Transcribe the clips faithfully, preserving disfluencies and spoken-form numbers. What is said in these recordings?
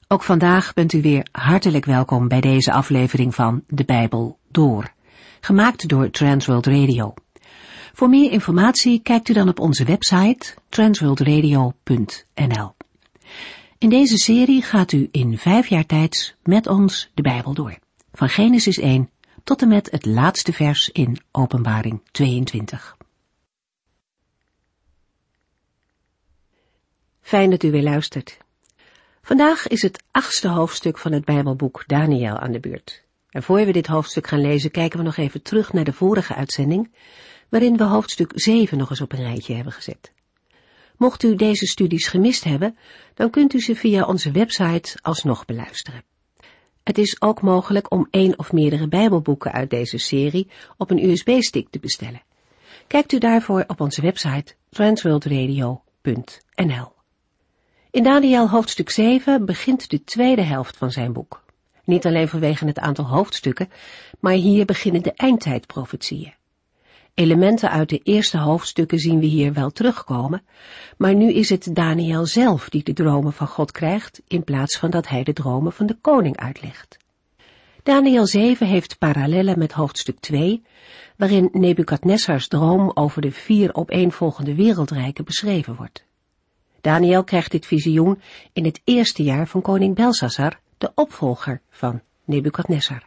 Ook vandaag bent u weer hartelijk welkom bij deze aflevering van De Bijbel Door, gemaakt door Transworld Radio. Voor meer informatie kijkt u dan op onze website transworld radio punt n l. In deze serie gaat u in vijf jaar tijd met ons de Bijbel door, van Genesis één tot en met het laatste vers in Openbaring tweeëntwintig. Fijn dat u weer luistert. Vandaag is het achtste hoofdstuk van het Bijbelboek Daniël aan de beurt. En voor we dit hoofdstuk gaan lezen, kijken we nog even terug naar de vorige uitzending, waarin we hoofdstuk zeven nog eens op een rijtje hebben gezet. Mocht u deze studies gemist hebben, dan kunt u ze via onze website alsnog beluisteren. Het is ook mogelijk om één of meerdere Bijbelboeken uit deze serie op een U S B-stick te bestellen. Kijkt u daarvoor op onze website transworld radio punt n l. In Daniël hoofdstuk zeven begint de tweede helft van zijn boek. Niet alleen vanwege het aantal hoofdstukken, maar hier beginnen de eindtijdprofetieën. Elementen uit de eerste hoofdstukken zien we hier wel terugkomen, maar nu is het Daniël zelf die de dromen van God krijgt, in plaats van dat hij de dromen van de koning uitlegt. Daniël zeven heeft parallellen met hoofdstuk twee, waarin Nebukadnessars droom over de vier opeenvolgende wereldrijken beschreven wordt. Daniël krijgt dit visioen in het eerste jaar van koning Belshazzar, de opvolger van Nebukadnessar.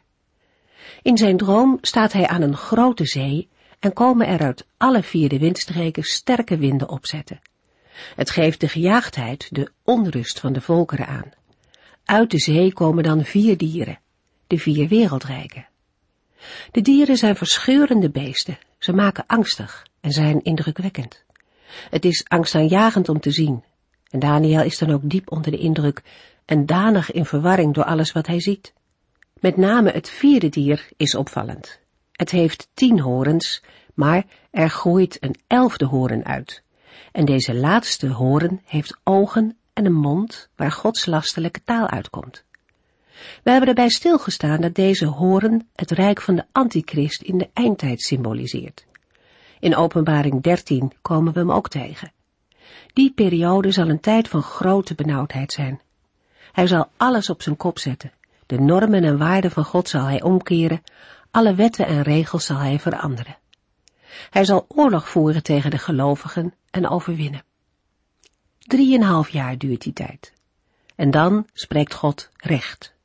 In zijn droom staat hij aan een grote zee en komen er uit alle vier de windstreken sterke winden opzetten. Het geeft de gejaagdheid, de onrust van de volkeren aan. Uit de zee komen dan vier dieren, de vier wereldrijken. De dieren zijn verscheurende beesten, ze maken angstig en zijn indrukwekkend. Het is angstaanjagend om te zien, en Daniël is dan ook diep onder de indruk en danig in verwarring door alles wat hij ziet. Met name het vierde dier is opvallend. Het heeft tien horens, maar er groeit een elfde hoorn uit. En deze laatste hoorn heeft ogen en een mond waar godslastelijke taal uitkomt. We hebben erbij stilgestaan dat deze hoorn het rijk van de antichrist in de eindtijd symboliseert. In Openbaring dertien komen we hem ook tegen. Die periode zal een tijd van grote benauwdheid zijn. Hij zal alles op zijn kop zetten. De normen en waarden van God zal hij omkeren. Alle wetten en regels zal hij veranderen. Hij zal oorlog voeren tegen de gelovigen en overwinnen. Drieënhalf jaar duurt die tijd. En dan spreekt God recht.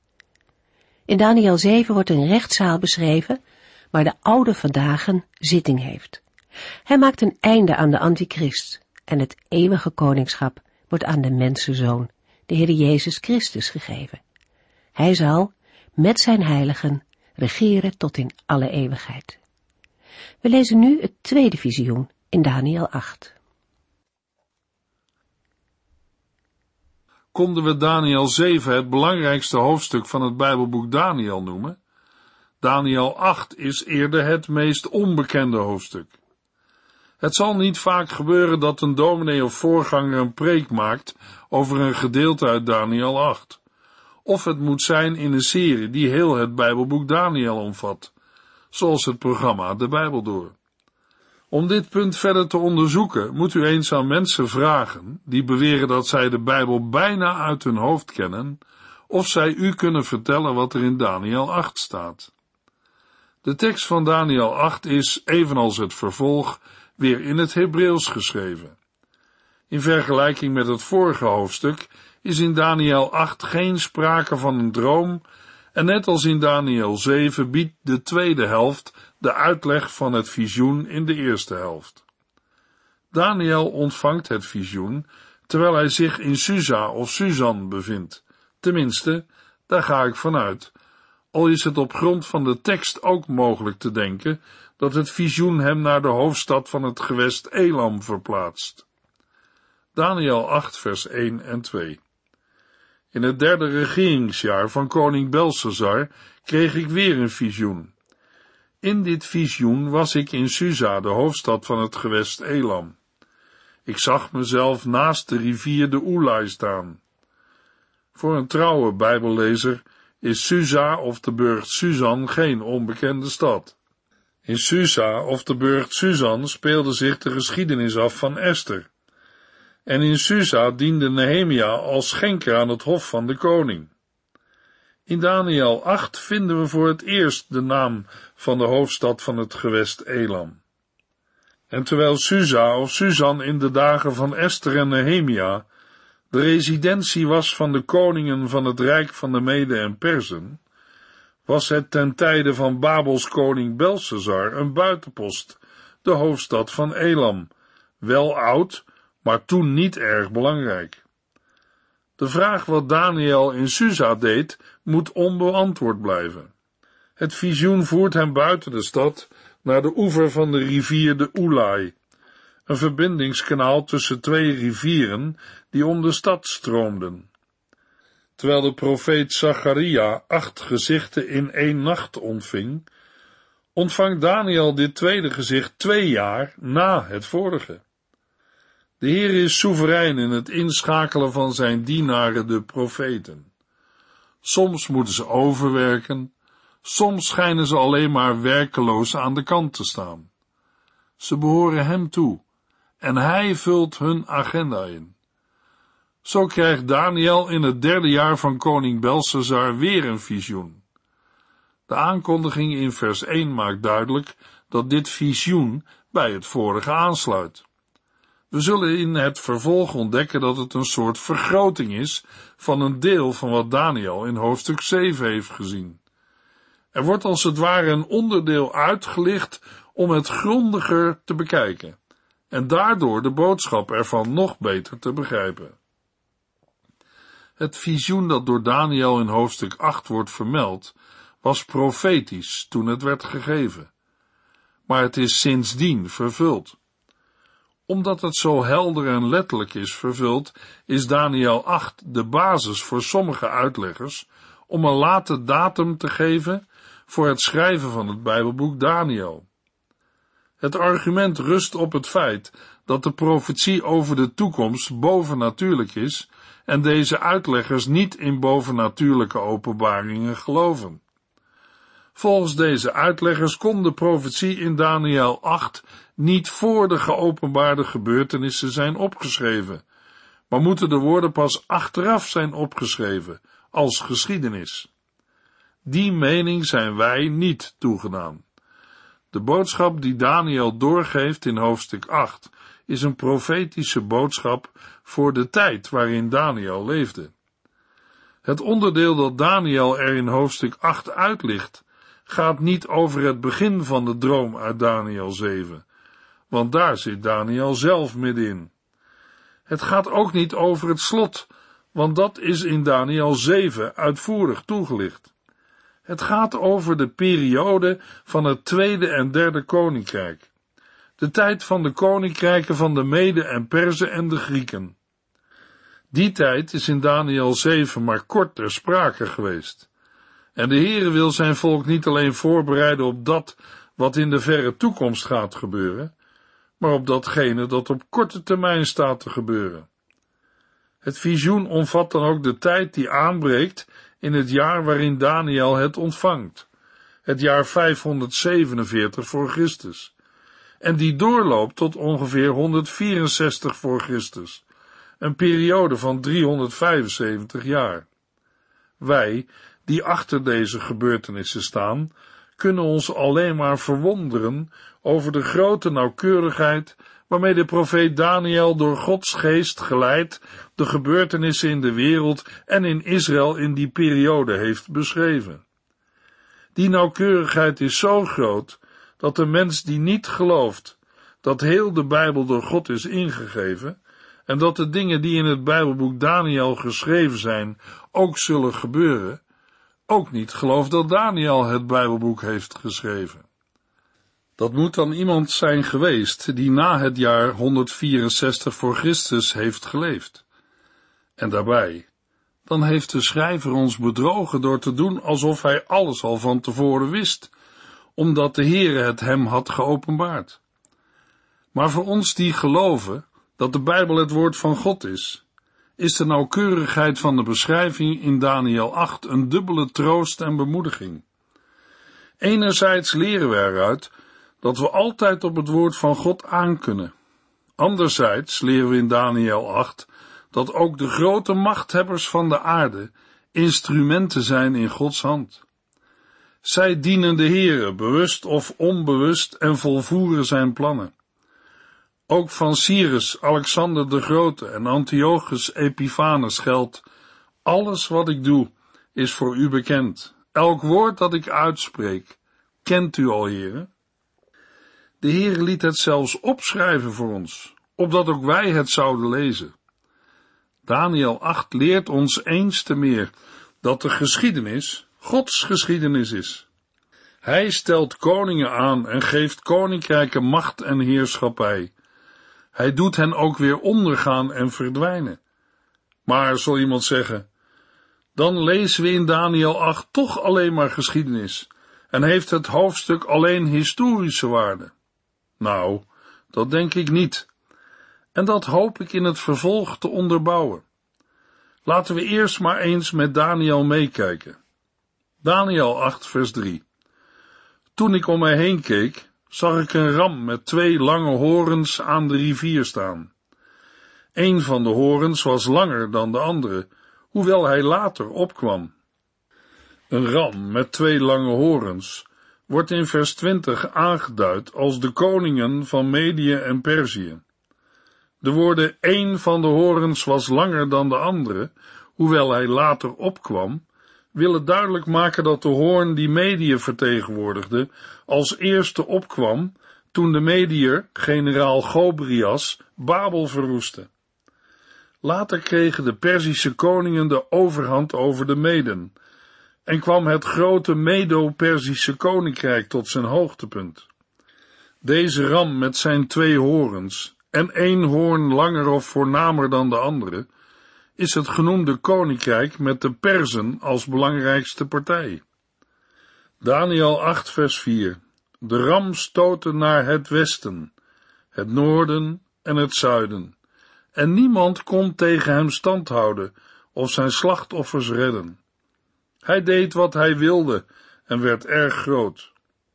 In Daniël zeven wordt een rechtszaal beschreven, waar de oude vandaag zitting heeft. Hij maakt een einde aan de antichrist en het eeuwige koningschap wordt aan de mensenzoon, de Heer Jezus Christus, gegeven. Hij zal met zijn heiligen regeren tot in alle eeuwigheid. We lezen nu het tweede visioen in Daniël acht. Konden we Daniël zeven het belangrijkste hoofdstuk van het Bijbelboek Daniël noemen? Daniël acht is eerder het meest onbekende hoofdstuk. Het zal niet vaak gebeuren dat een dominee of voorganger een preek maakt over een gedeelte uit Daniël acht. Of het moet zijn in een serie die heel het Bijbelboek Daniël omvat, zoals het programma De Bijbel Door. Om dit punt verder te onderzoeken, moet u eens aan mensen vragen die beweren dat zij de Bijbel bijna uit hun hoofd kennen, of zij u kunnen vertellen wat er in Daniël acht staat. De tekst van Daniël acht is, evenals het vervolg, weer in het Hebreeuws geschreven. In vergelijking met het vorige hoofdstuk is in Daniël acht geen sprake van een droom, en net als in Daniël zeven biedt de tweede helft de uitleg van het visioen in de eerste helft. Daniël ontvangt het visioen terwijl hij zich in Susa of Susan bevindt. Tenminste, daar ga ik vanuit, al is het op grond van de tekst ook mogelijk te denken dat het visioen hem naar de hoofdstad van het gewest Elam verplaatst. Daniël acht vers één en twee. In het derde regeringsjaar van koning Belshazzar kreeg ik weer een visioen. In dit visioen was ik in Susa, de hoofdstad van het gewest Elam. Ik zag mezelf naast de rivier de Ulai staan. Voor een trouwe Bijbellezer is Susa of de burcht Susan geen onbekende stad. In Susa of de burcht Susan speelde zich de geschiedenis af van Esther. en in Susa diende Nehemia als schenker aan het hof van de koning. In Daniël acht vinden we voor het eerst de naam van de hoofdstad van het gewest Elam. En terwijl Susa of Susan in de dagen van Esther en Nehemia de residentie was van de koningen van het rijk van de Mede en Perzen, was het ten tijde van Babels koning Belshazzar een buitenpost, de hoofdstad van Elam, wel oud, maar toen niet erg belangrijk. De vraag wat Daniël in Susa deed, moet onbeantwoord blijven. Het visioen voert hem buiten de stad naar de oever van de rivier de Ulai, een verbindingskanaal tussen twee rivieren die om de stad stroomden. Terwijl de profeet Zacharia acht gezichten in één nacht ontving, ontvangt Daniël dit tweede gezicht twee jaar na het vorige. De Heer is soeverein in het inschakelen van zijn dienaren, de profeten. Soms moeten ze overwerken, soms schijnen ze alleen maar werkeloos aan de kant te staan. Ze behoren hem toe, en hij vult hun agenda in. Zo krijgt Daniël in het derde jaar van koning Belshazzar weer een visioen. De aankondiging in vers één maakt duidelijk dat dit visioen bij het vorige aansluit. We zullen in het vervolg ontdekken dat het een soort vergroting is van een deel van wat Daniël in hoofdstuk zeven heeft gezien. Er wordt als het ware een onderdeel uitgelicht om het grondiger te bekijken en daardoor de boodschap ervan nog beter te begrijpen. Het visioen dat door Daniël in hoofdstuk acht wordt vermeld, was profetisch toen het werd gegeven, maar het is sindsdien vervuld. Omdat het zo helder en letterlijk is vervuld, is Daniël acht de basis voor sommige uitleggers om een late datum te geven voor het schrijven van het Bijbelboek Daniël. Het argument rust op het feit dat de profetie over de toekomst bovennatuurlijk is en deze uitleggers niet in bovennatuurlijke openbaringen geloven. Volgens deze uitleggers kon de profetie in Daniël acht niet voor de geopenbaarde gebeurtenissen zijn opgeschreven, maar moeten de woorden pas achteraf zijn opgeschreven, als geschiedenis. Die mening zijn wij niet toegedaan. De boodschap die Daniël doorgeeft in hoofdstuk acht is een profetische boodschap voor de tijd waarin Daniël leefde. Het onderdeel dat Daniël er in hoofdstuk acht uitlicht, gaat niet over het begin van de droom uit Daniël zeven, want daar zit Daniël zelf middenin. Het gaat ook niet over het slot, want dat is in Daniël zeven uitvoerig toegelicht. Het gaat over de periode van het tweede en derde koninkrijk, de tijd van de koninkrijken van de Mede en Perzen en de Grieken. Die tijd is in Daniël zeven maar kort ter sprake geweest. En de Heere wil zijn volk niet alleen voorbereiden op dat wat in de verre toekomst gaat gebeuren, maar op datgene dat op korte termijn staat te gebeuren. Het visioen omvat dan ook de tijd die aanbreekt in het jaar waarin Daniël het ontvangt, het jaar vijfhonderdzevenenveertig voor Christus, en die doorloopt tot ongeveer honderdvierenzestig voor Christus, een periode van driehonderdvijfenzeventig jaar. Wij, die achter deze gebeurtenissen staan, kunnen ons alleen maar verwonderen over de grote nauwkeurigheid waarmee de profeet Daniël door Gods geest geleid de gebeurtenissen in de wereld en in Israël in die periode heeft beschreven. Die nauwkeurigheid is zo groot dat de mens die niet gelooft dat heel de Bijbel door God is ingegeven en dat de dingen die in het Bijbelboek Daniël geschreven zijn ook zullen gebeuren, ook niet gelooft dat Daniël het Bijbelboek heeft geschreven. Dat moet dan iemand zijn geweest die na het jaar honderdvierenzestig voor Christus heeft geleefd. En daarbij, dan heeft de schrijver ons bedrogen door te doen alsof hij alles al van tevoren wist, omdat de Heere het hem had geopenbaard. Maar voor ons die geloven dat de Bijbel het woord van God is, is de nauwkeurigheid van de beschrijving in Daniël acht een dubbele troost en bemoediging. Enerzijds leren we eruit dat we altijd op het woord van God aankunnen, Anderzijds leren we in Daniël acht dat ook de grote machthebbers van de aarde instrumenten zijn in Gods hand. Zij dienen de Heere, bewust of onbewust, en volvoeren zijn plannen. Ook van Cyrus, Alexander de Grote en Antiochus Epiphanes geldt: alles wat ik doe, is voor u bekend. Elk woord dat ik uitspreek, kent u al, Heere. De Heere liet het zelfs opschrijven voor ons, opdat ook wij het zouden lezen. Daniël acht leert ons eens te meer dat de geschiedenis Gods geschiedenis is. Hij stelt koningen aan en geeft koninkrijken macht en heerschappij. Hij doet hen ook weer ondergaan en verdwijnen. Maar, zal iemand zeggen, dan lezen we in Daniël acht toch alleen maar geschiedenis en heeft het hoofdstuk alleen historische waarde. Nou, dat denk ik niet. En dat hoop ik in het vervolg te onderbouwen. Laten we eerst maar eens met Daniël meekijken. Daniël acht vers drie. Toen ik om mij heen keek, zag ik een ram met twee lange horens aan de rivier staan. Een van de horens was langer dan de andere, hoewel hij later opkwam. Een ram met twee lange horens wordt in vers twintig aangeduid als de koningen van Medië en Perzië. De woorden één van de horens was langer dan de andere, hoewel hij later opkwam, willen duidelijk maken dat de hoorn die Medië vertegenwoordigde als eerste opkwam toen de Mediër, generaal Gobrias, Babel verwoestte. Later kregen de Perzische koningen de overhand over de Meden en kwam het grote Medo-Perzische koninkrijk tot zijn hoogtepunt. Deze ram met zijn twee horens en één hoorn langer of voornamer dan de andere, is het genoemde koninkrijk met de Perzen als belangrijkste partij. Daniël acht vers vier. De ram stootte naar het westen, het noorden en het zuiden, en niemand kon tegen hem stand houden of zijn slachtoffers redden. Hij deed wat hij wilde en werd erg groot.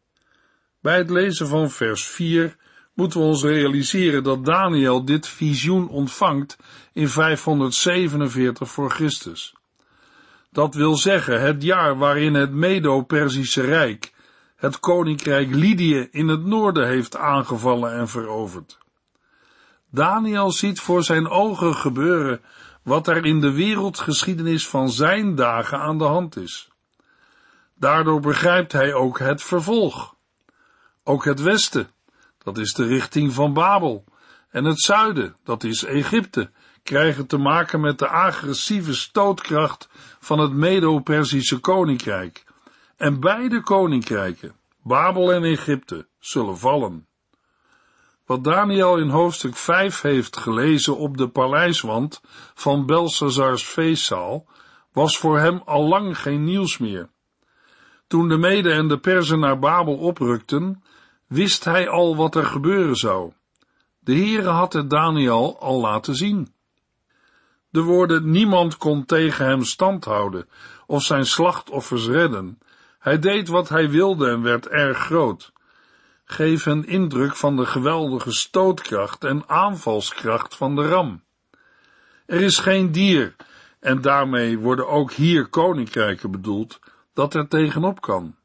Bij het lezen van vers vier moeten we ons realiseren dat Daniël dit visioen ontvangt in vijfhonderdzevenenveertig voor Christus. Dat wil zeggen het jaar waarin het Medo-Perzische Rijk het koninkrijk Lydië in het noorden heeft aangevallen en veroverd. Daniël ziet voor zijn ogen gebeuren wat er in de wereldgeschiedenis van zijn dagen aan de hand is. Daardoor begrijpt hij ook het vervolg. Ook het westen, dat is de richting van Babel, en het zuiden, dat is Egypte, krijgen te maken met de agressieve stootkracht van het Medo-Perzische koninkrijk. En beide koninkrijken, Babel en Egypte, zullen vallen. Wat Daniël in hoofdstuk vijf heeft gelezen op de paleiswand van Belshazzars feestzaal, was voor hem al lang geen nieuws meer. Toen de Meden en de Perzen naar Babel oprukten, wist hij al wat er gebeuren zou. De Heere had het Daniël al laten zien. De woorden niemand kon tegen hem stand houden of zijn slachtoffers redden. Hij deed wat hij wilde en werd erg groot. Geef een indruk van de geweldige stootkracht en aanvalskracht van de ram. Er is geen dier, en daarmee worden ook hier koninkrijken bedoeld, dat er tegenop kan.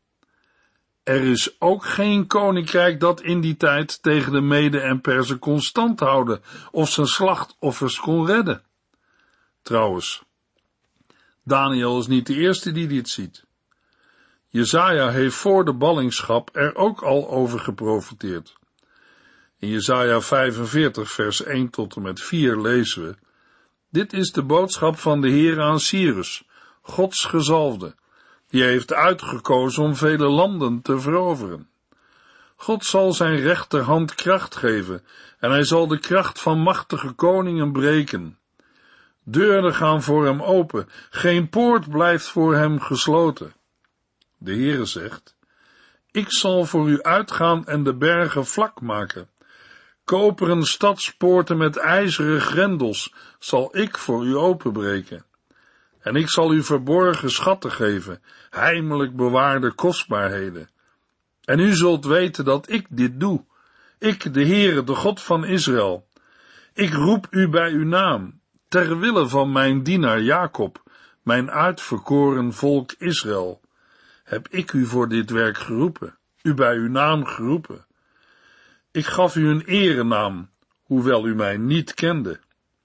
Er is ook geen koninkrijk dat in die tijd tegen de Meden en Perzen kon stand houden of zijn slachtoffers kon redden. Trouwens, Daniël is niet de eerste die dit ziet. Jesaja heeft voor de ballingschap er ook al over geprofeteerd. In Jesaja vijfenveertig vers één tot en met vier lezen we: dit is de boodschap van de Heer aan Cyrus, Gods gezalfde, die hij heeft uitgekozen om vele landen te veroveren. God zal zijn rechterhand kracht geven en hij zal de kracht van machtige koningen breken. Deuren gaan voor hem open, geen poort blijft voor hem gesloten. De Heere zegt: ik zal voor u uitgaan en de bergen vlak maken. Koperen stadspoorten met ijzeren grendels zal ik voor u openbreken. En ik zal u verborgen schatten geven, heimelijk bewaarde kostbaarheden. En u zult weten dat ik dit doe, ik, de Heere, de God van Israël, Ik roep u bij uw naam, ter wille van mijn dienaar Jacob, mijn uitverkoren volk Israël. Heb ik u voor dit werk geroepen, u bij uw naam geroepen. Ik gaf u een erenaam, hoewel u mij niet kende.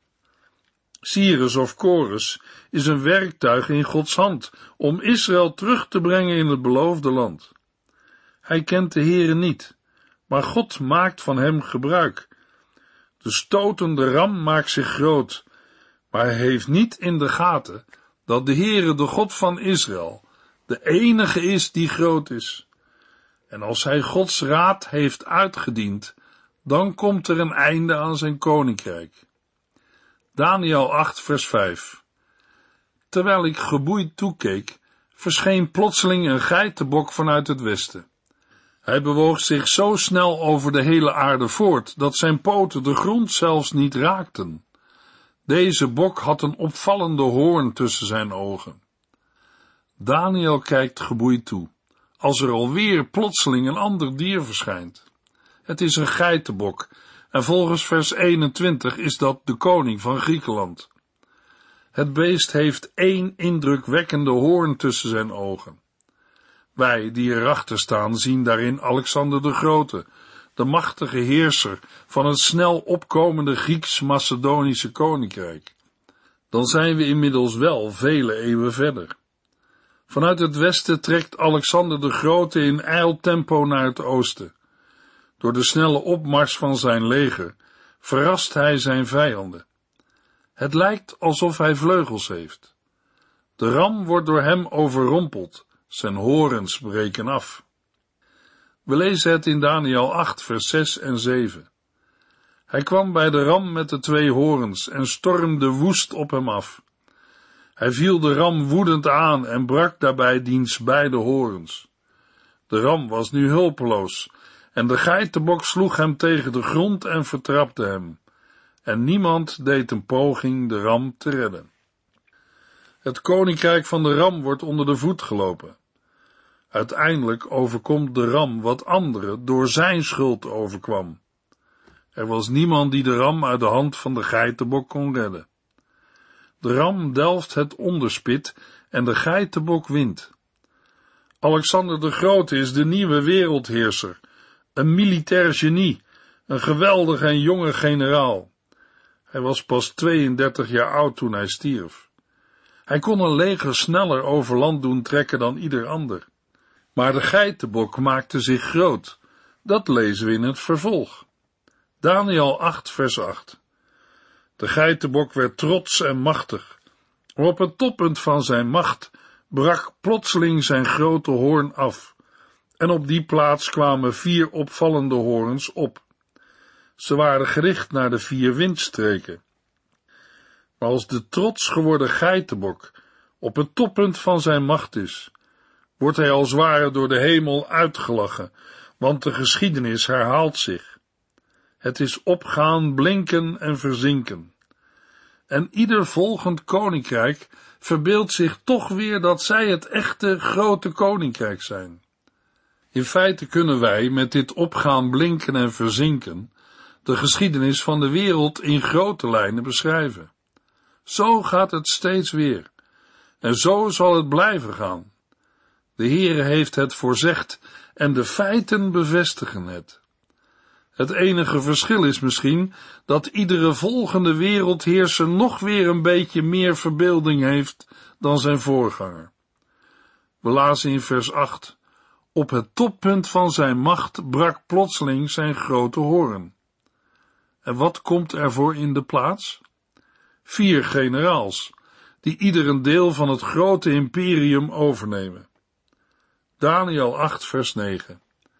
Cyrus of Kores is een werktuig in Gods hand om Israël terug te brengen in het beloofde land. Hij kent de Heere niet, maar God maakt van hem gebruik. De stotende ram maakt zich groot, maar hij heeft niet in de gaten dat de Heere, de God van Israël, de enige is die groot is. En als hij Gods raad heeft uitgediend, dan komt er een einde aan zijn koninkrijk. Daniël acht vers vijf. Terwijl ik geboeid toekeek, verscheen plotseling een geitenbok vanuit het westen. Hij bewoog zich zo snel over de hele aarde voort, dat zijn poten de grond zelfs niet raakten. Deze bok had een opvallende hoorn tussen zijn ogen. Daniël kijkt geboeid toe, als er alweer plotseling een ander dier verschijnt. Het is een geitenbok, en volgens vers eenentwintig is dat de koning van Griekenland. Het beest heeft één indrukwekkende hoorn tussen zijn ogen. Wij, die erachter staan, zien daarin Alexander de Grote, de machtige heerser van het snel opkomende Grieks-Macedonische koninkrijk. Dan zijn we inmiddels wel vele eeuwen verder. Vanuit het westen trekt Alexander de Grote in ijltempo naar het oosten. Door de snelle opmars van zijn leger verrast hij zijn vijanden. Het lijkt alsof hij vleugels heeft. De ram wordt door hem overrompeld, zijn horens breken af. We lezen het in Daniël acht vers zes en zeven. Hij kwam bij de ram met de twee horens en stormde woest op hem af. Hij viel de ram woedend aan en brak daarbij diens beide horens. De ram was nu hulpeloos en de geitenbok sloeg hem tegen de grond en vertrapte hem. En niemand deed een poging de ram te redden. Het koninkrijk van de ram wordt onder de voet gelopen. Uiteindelijk overkomt de ram wat anderen door zijn schuld overkwam. Er was niemand die de ram uit de hand van de geitenbok kon redden. De ram delft het onderspit en de geitenbok wint. Alexander de Grote is de nieuwe wereldheerser, een militair genie, een geweldige en jonge generaal. Hij was pas tweeëndertig jaar oud toen hij stierf. Hij kon een leger sneller over land doen trekken dan ieder ander. Maar de geitenbok maakte zich groot. Dat lezen we in het vervolg. Daniël acht vers acht. De geitenbok werd trots en machtig. Op het toppunt van zijn macht brak plotseling zijn grote hoorn af. En op die plaats kwamen vier opvallende hoorns op. Ze waren gericht naar de vier windstreken. Maar als de trots geworden geitenbok op het toppunt van zijn macht is, wordt hij als het ware door de hemel uitgelachen, want de geschiedenis herhaalt zich. Het is opgaan, blinken en verzinken. En ieder volgend koninkrijk verbeeldt zich toch weer dat zij het echte grote koninkrijk zijn. In feite kunnen wij met dit opgaan, blinken en verzinken de geschiedenis van de wereld in grote lijnen beschrijven. Zo gaat het steeds weer. En zo zal het blijven gaan. De Heere heeft het voorzegd en de feiten bevestigen het. Het enige verschil is misschien dat iedere volgende wereldheerser nog weer een beetje meer verbeelding heeft dan zijn voorganger. We lazen in vers acht. Op het toppunt van zijn macht brak plotseling zijn grote hoorn. En wat komt ervoor in de plaats? Vier generaals, die ieder een deel van het grote imperium overnemen. Daniël acht vers negen.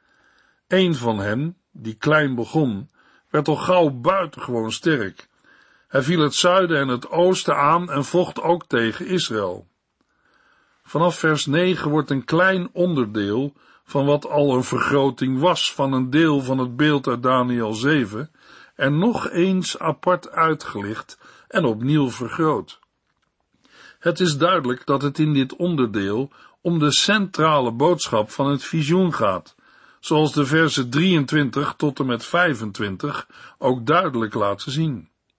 Eén van hen, die klein begon, werd al gauw buitengewoon sterk. Hij viel het zuiden en het oosten aan en vocht ook tegen Israël. Vanaf vers negen wordt een klein onderdeel van wat al een vergroting was van een deel van het beeld uit Daniël zeven, er nog eens apart uitgelicht en opnieuw vergroot. Het is duidelijk dat het in dit onderdeel om de centrale boodschap van het visioen gaat, zoals de versen drieëntwintig tot en met vijfentwintig ook duidelijk laten zien.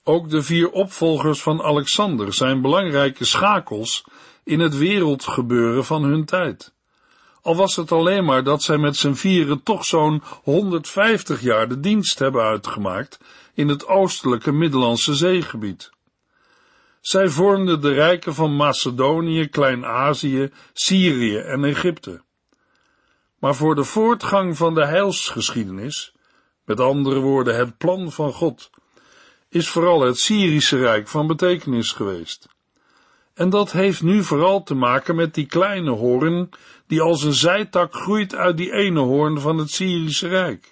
Ook de vier opvolgers van Alexander zijn belangrijke schakels in het wereldgebeuren van hun tijd. Al was het alleen maar dat zij met z'n vieren toch zo'n honderdvijftig jaar de dienst hebben uitgemaakt in het oostelijke Middellandse Zeegebied. Zij vormden de rijken van Macedonië, Klein-Azië, Syrië en Egypte. Maar voor de voortgang van de heilsgeschiedenis, met andere woorden het plan van God, is vooral het Syrische Rijk van betekenis geweest. En dat heeft nu vooral te maken met die kleine hoorn die als een zijtak groeit uit die ene hoorn van het Syrische Rijk.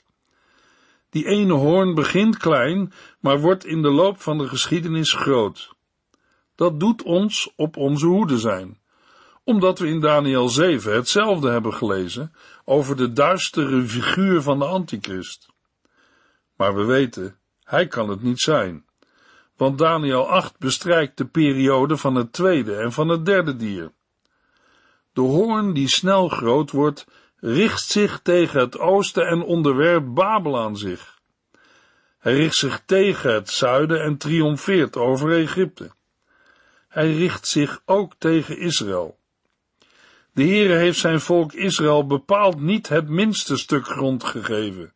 Die ene hoorn begint klein, maar wordt in de loop van de geschiedenis groot. Dat doet ons op onze hoede zijn, omdat we in Daniël zeven hetzelfde hebben gelezen over de duistere figuur van de Antichrist. Maar we weten, hij kan het niet zijn, want Daniël acht bestrijkt de periode van het tweede en van het derde dier. De hoorn die snel groot wordt, richt zich tegen het oosten en onderwerpt Babel aan zich. Hij richt zich tegen het zuiden en triomfeert over Egypte. Hij richt zich ook tegen Israël. De Heere heeft zijn volk Israël bepaald niet het minste stuk grond gegeven.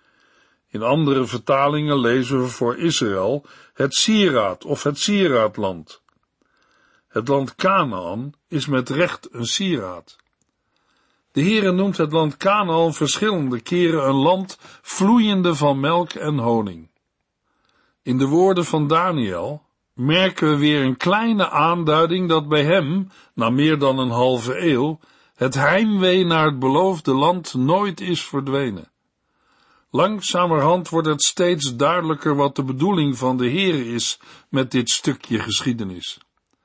In andere vertalingen lezen we voor Israël het sieraad of het sieraadland. Het land Kanaan is met recht een sieraad. De Heere noemt het land Kanaan verschillende keren een land vloeiende van melk en honing. In de woorden van Daniël merken we weer een kleine aanduiding dat bij hem, na meer dan een halve eeuw, het heimwee naar het beloofde land nooit is verdwenen. Langzamerhand wordt het steeds duidelijker wat de bedoeling van de Heere is met dit stukje geschiedenis.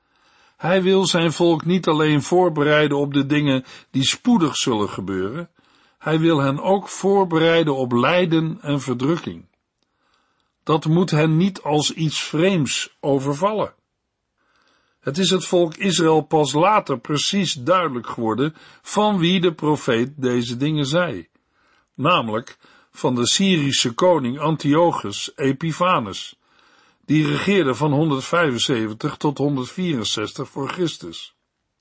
Hij wil zijn volk niet alleen voorbereiden op de dingen die spoedig zullen gebeuren, hij wil hen ook voorbereiden op lijden en verdrukking. Dat moet hen niet als iets vreemds overvallen. Het is het volk Israël pas later precies duidelijk geworden van wie de profeet deze dingen zei, namelijk van de Syrische koning Antiochus Epiphanes, die regeerde van honderdvijfenzeventig tot honderdvierenzestig voor Christus.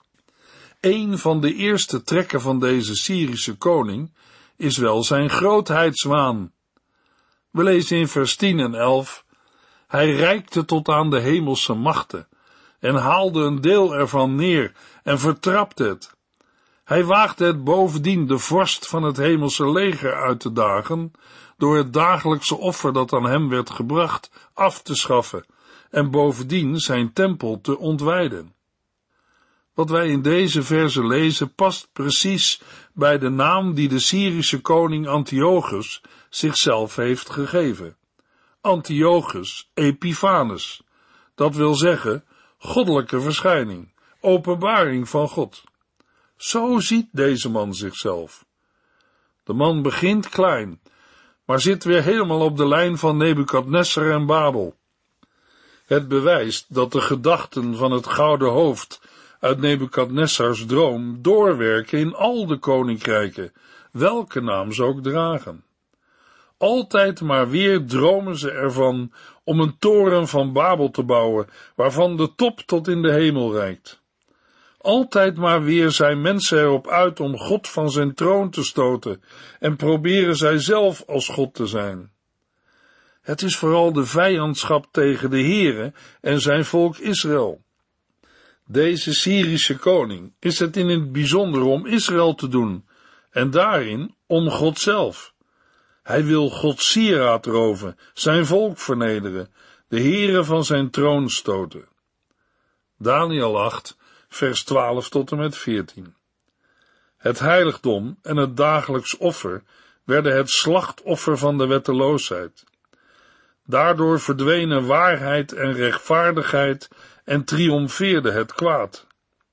Een van de eerste trekken van deze Syrische koning is wel zijn grootheidswaan. We lezen in vers tien en elf, hij reikte tot aan de hemelse machten en haalde een deel ervan neer en vertrapte het. Hij waagde het bovendien de vorst van het hemelse leger uit te dagen, door het dagelijkse offer dat aan hem werd gebracht af te schaffen en bovendien zijn tempel te ontwijden. Wat wij in deze verse lezen past precies bij de naam die de Syrische koning Antiochus zichzelf heeft gegeven. Antiochus Epiphanes, dat wil zeggen goddelijke verschijning, openbaring van God. Zo ziet deze man zichzelf. De man begint klein, maar zit weer helemaal op de lijn van Nebukadnessar en Babel. Het bewijst dat de gedachten van het gouden hoofd uit Nebukadnessars droom doorwerken in al de koninkrijken, welke naam ze ook dragen. Altijd maar weer dromen ze ervan om een toren van Babel te bouwen, waarvan de top tot in de hemel reikt. Altijd maar weer zijn mensen erop uit om God van zijn troon te stoten en proberen zij zelf als God te zijn. Het is vooral de vijandschap tegen de Heere en zijn volk Israël. Deze Syrische koning is het in het bijzonder om Israël te doen en daarin om God zelf. Hij wil Gods sieraad roven, zijn volk vernederen, de Heere van zijn troon stoten. Daniël acht, vers twaalf tot en met veertien. Het heiligdom en het dagelijks offer werden het slachtoffer van de wetteloosheid. Daardoor verdwenen waarheid en rechtvaardigheid en triomfeerde het kwaad.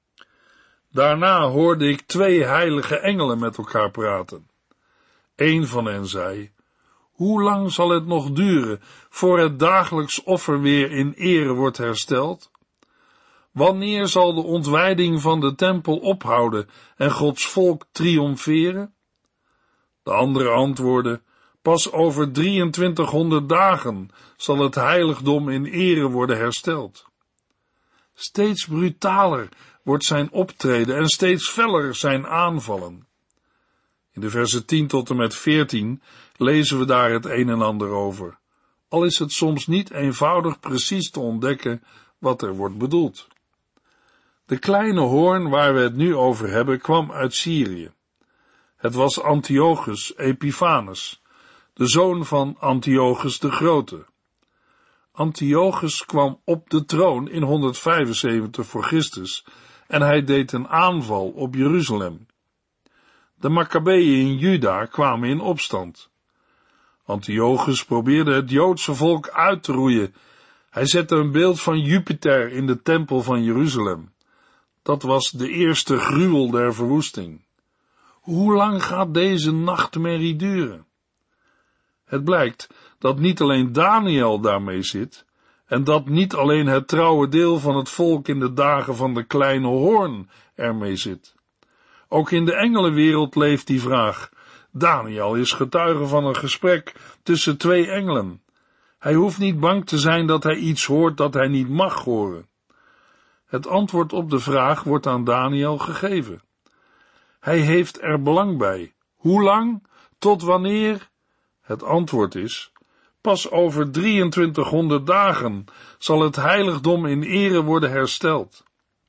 Daarna hoorde ik twee heilige engelen met elkaar praten. Eén van hen zei, hoe lang zal het nog duren voor het dagelijks offer weer in ere wordt hersteld? Wanneer zal de ontwijding van de tempel ophouden en Gods volk triomferen? De andere antwoordde, Pas over drieëntwintighonderd dagen zal het heiligdom in ere worden hersteld. Steeds brutaler wordt zijn optreden en steeds feller zijn aanvallen. In de versen tien tot en met veertien lezen we daar het een en ander over, al is het soms niet eenvoudig precies te ontdekken wat er wordt bedoeld. De kleine hoorn waar we het nu over hebben kwam uit Syrië. Het was Antiochus Epiphanes, de zoon van Antiochus de Grote. Antiochus kwam op de troon in honderdvijfenzeventig voor Christus en hij deed een aanval op Jeruzalem. De Makkabeeën in Juda kwamen in opstand. Antiochus probeerde het Joodse volk uit te roeien. Hij zette een beeld van Jupiter in de tempel van Jeruzalem. Dat was de eerste gruwel der verwoesting. Hoe lang gaat deze nachtmerrie duren? Het blijkt dat niet alleen Daniel daarmee zit, en dat niet alleen het trouwe deel van het volk in de dagen van de kleine hoorn ermee zit. Ook in de engelenwereld leeft die vraag. Daniel is getuige van een gesprek tussen twee engelen. Hij hoeft niet bang te zijn dat hij iets hoort dat hij niet mag horen. Het antwoord op de vraag wordt aan Daniel gegeven. Hij heeft er belang bij. Hoe lang? Tot wanneer? Het antwoord is, pas over drieëntwintighonderd dagen zal het heiligdom in ere worden hersteld.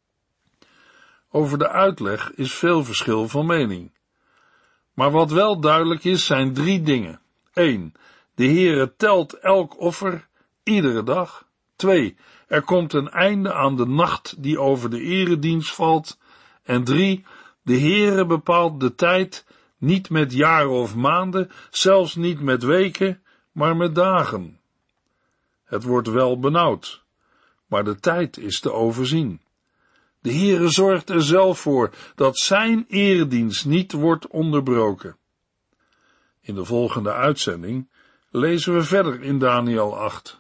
Over de uitleg is veel verschil van mening. Maar wat wel duidelijk is, zijn drie dingen. één. De Heere telt elk offer, iedere dag. twee. Er komt een einde aan de nacht die over de eredienst valt. En drie. De Heere bepaalt de tijd, niet met jaren of maanden, zelfs niet met weken, maar met dagen. Het wordt wel benauwd, maar de tijd is te overzien. De Heere zorgt er zelf voor dat zijn eredienst niet wordt onderbroken. In de volgende uitzending lezen we verder in Daniel acht.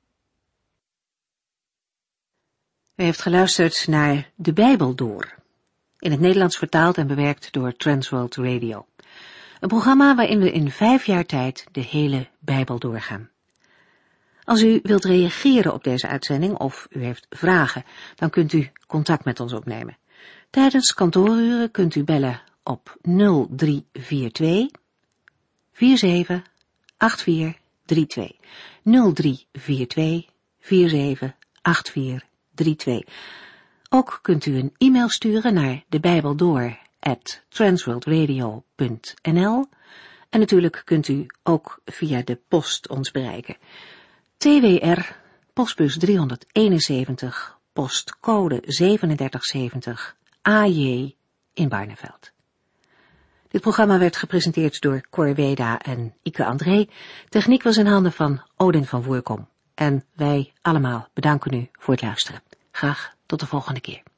U heeft geluisterd naar De Bijbel Door, in het Nederlands vertaald en bewerkt door Transworld Radio. Een programma waarin we in vijf jaar tijd de hele Bijbel doorgaan. Als u wilt reageren op deze uitzending of u heeft vragen, dan kunt u contact met ons opnemen. Tijdens kantooruren kunt u bellen op nul drie vier twee vier zeven acht vier drie twee. nul drie vier twee vier zeven acht vier drie twee. Ook kunt u een e-mail sturen naar debijbeldoor at transworldradio punt n l en natuurlijk kunt u ook via de post ons bereiken. T W R, postbus driehonderdeenenzeventig, postcode zevenendertig zeventig, A J in Barneveld. Dit programma werd gepresenteerd door Cor Weda en Ike André. Techniek was in handen van Odin van Voerkom. En wij allemaal bedanken u voor het luisteren. Graag tot de volgende keer.